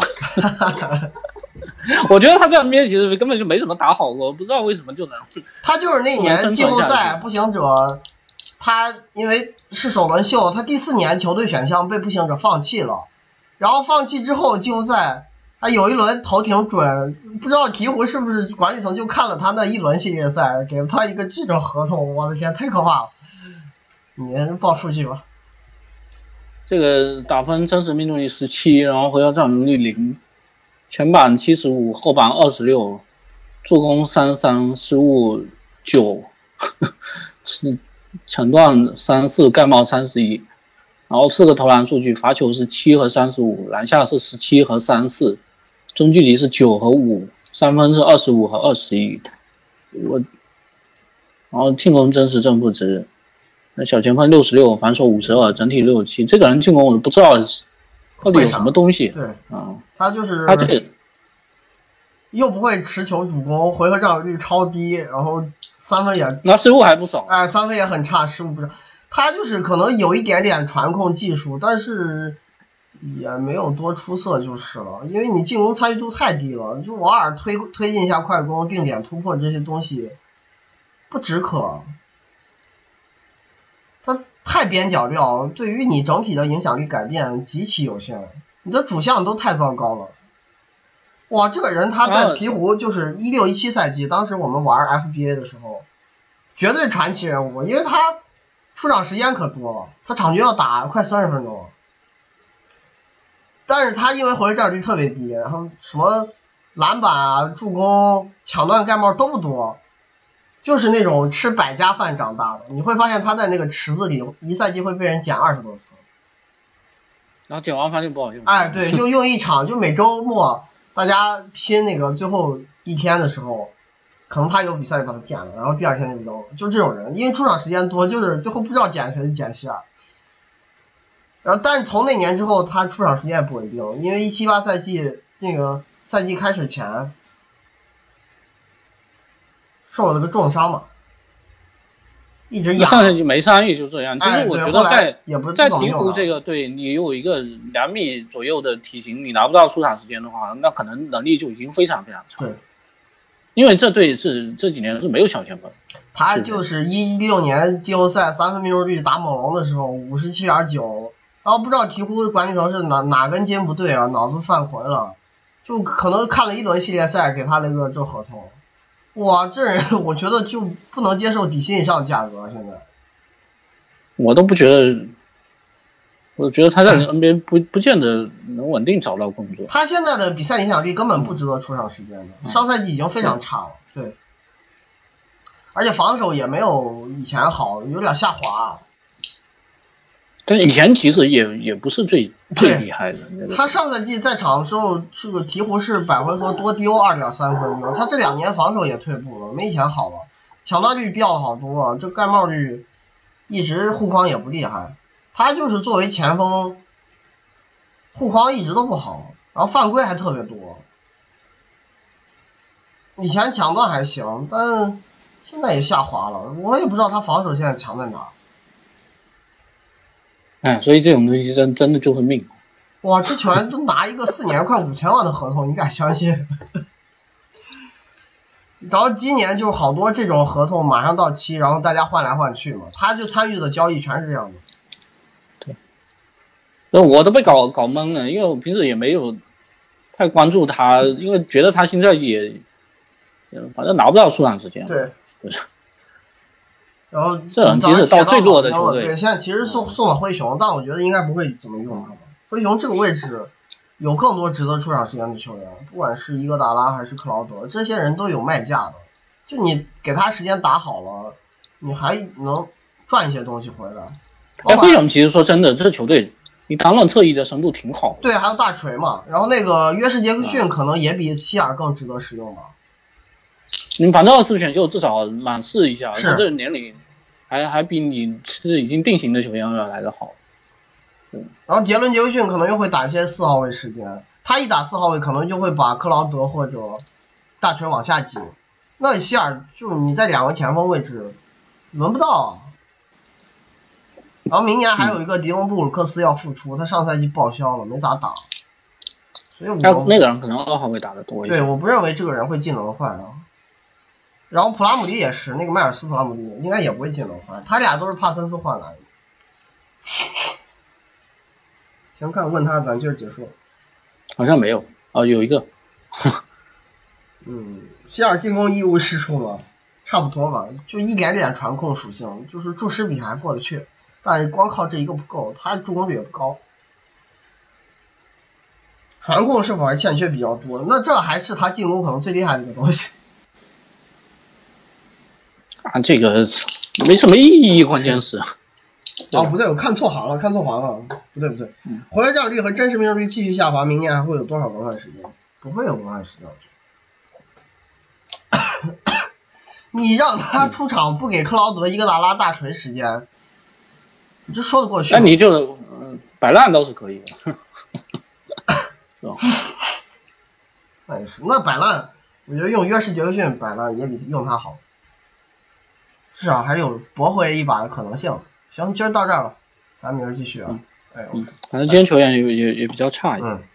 我觉得他在 N B A 其实根本就没怎么打好过，不知道为什么就能。 他就是那年季后赛步行者。他因为是首轮秀，他第四年球队选项被步行者放弃了，然后放弃之后季后赛他有一轮投挺准，不知道鹈鹕是不是管理层就看了他那一轮系列赛，给了他一个这种合同，我的天，太可怕了！你报数据吧。 这个打分真实命中率十七，然后回合占有率零，前板七十五，后板二十六，助攻三十三，失误九，是。抢断三四，盖帽三十一，然后四个投篮数据，罚球是七和三十五，篮下是十七和三四，中距离是九和五，三分是二十五和二十一。我，然后进攻真实正负值，那小前锋六十六，反手五十二，整体六十七。这个人进攻我都不知道到底有什么东西。 对， 啊， 他就是他这个。 又不会持球主攻，回合占有率超低，然后三分也那失误还不少， 哎，三分也很差，失误不少。他就是可能有一点点传控技术，但是也没有多出色就是了。因为你进攻参与度太低了，就偶尔推推进一下快攻、定点突破这些东西不止可。他太边角料，对于你整体的影响力改变极其有限，你的主项都太糟糕了。哇，这个人他在鹈鹕就是一六一七赛季，当时我们玩 F B A 的时候，绝对传奇人物，因为他出场时间可多了，他场均要打快三十分钟，但是他因为回合占有率特别低，然后什么篮板啊、助攻、抢断、盖帽都不多，就是那种吃百家饭长大的。你会发现他在那个池子里一赛季会被人捡二十多次， 然后捡完发现不好用。 哎，对，用用一场就每周末。大家拼那个最后一天的时候， 可能他有比赛就把他减了，然后第二天就扔了，就这种人，因为出场时间多，就是最后不知道减谁就减希尔。然后，但是从那年之后，他出场时间也不稳定，因为一七八赛季那个赛季开始前受了个重伤嘛，一直压。 上赛季没参与就这样。其实我觉得在也不在鹈鹕这个队，你有一个两米左右的体型，你拿不到出场时间的话，那可能能力就已经非常非常差。 对， 因为这队是这几年是没有小前锋。 他就是一六年季后赛三分命中率打猛龙的时候五十七点九。然后不知道鹈鹕管理层是哪哪根筋不对啊，脑子犯浑了，就可能看了一轮系列赛给他那个这合同，哇，这人我觉得就不能接受底薪以上价格。现在我都不觉得，我觉得他在 N B A 不不见得能稳定找到工作。 他现在的比赛影响力根本不值得出场时间的， 嗯、 上赛季已经非常差了，对，而且防守也没有以前好，有点下滑。 但以前其实也也不是最最厉害的、那个。 他上赛季在场的时候，这个鹈鹕是百回合多丢 二点三 分的，他这两年防守也退步了，没以前好了，抢断率掉了好多，啊，这盖帽率一直护框也不厉害，他就是作为前锋，护框一直都不好，然后犯规还特别多。以前抢断还行，但现在也下滑了，我也不知道他防守现在强在哪。 哎，所以这种东西真真的就是命。 哇，这球员都拿一个四年快五千万的合同，你敢相信？然后今年就好多这种合同马上到期，然后大家换来换去嘛，他就参与的交易全是这样的。 对，那我都被搞搞懵了，因为我平时也没有太关注他，因为觉得他现在也，反正拿不到出场时间。 对， 就是。 然后这人其实到最弱的球队， 对，现在其实送送了灰熊，但我觉得应该不会怎么用他们。灰熊这个位置有更多值得出场时间的球员，不管是伊戈达拉还是克劳德，这些人都有卖价的。就你给他时间打好了，你还能赚一些东西回来。 哎，灰熊其实说真的，这球队你谈论侧翼的深度挺好的。 对，还有大锤嘛，然后那个约什杰克逊可能也比希尔更值得使用吧。 你反正二次选秀至少满试一下， 是这年龄还还比你是已经定型的球员要来得好。 嗯，然后杰伦杰克逊可能又会打一些四号位时间，他一打四号位可能就会把克劳德或者大锤往下挤，那希尔就你在两个前锋位置轮不到啊。然后明年还有一个迪隆布鲁克斯要复出，他上赛季报销了，没咋打，所以我那个人可能二号位打得多一些。 对，我不认为这个人会技能换啊。然后普拉姆利也是，那个迈尔斯普拉姆利应该也不会技能换，他俩都是帕森斯换来的。行，看问他，咱今儿结束。 好像没有啊，有一个。 嗯，希尔进攻一无是处吗？差不多吧，就一点点传控属性，就是助失比还过得去，但是光靠这一个不够，他助攻率也不高。传控是否还欠缺比较多？那这还是他进攻可能最厉害的一个东西。 啊，这个没什么意义，关键是。 哦，不对，我看错行了，看错行了，不对不对， 嗯、 回合占有率和真实命中率继续下滑，明年还会有多少轮换时间？不会有轮换时间。你让他出场不给克劳德、伊戈达拉、大锤时间，你这说得过去吗？ 那你就、呃、摆烂倒是可以的，是吧？ 那也是，那摆烂，我觉得用约什杰克逊摆烂也比用他好，至少还有驳回一把的可能性。行，今儿到这儿了，咱们明儿继续啊。 嗯、 哎， 嗯，反正今天球员也也也比较差一点。 嗯。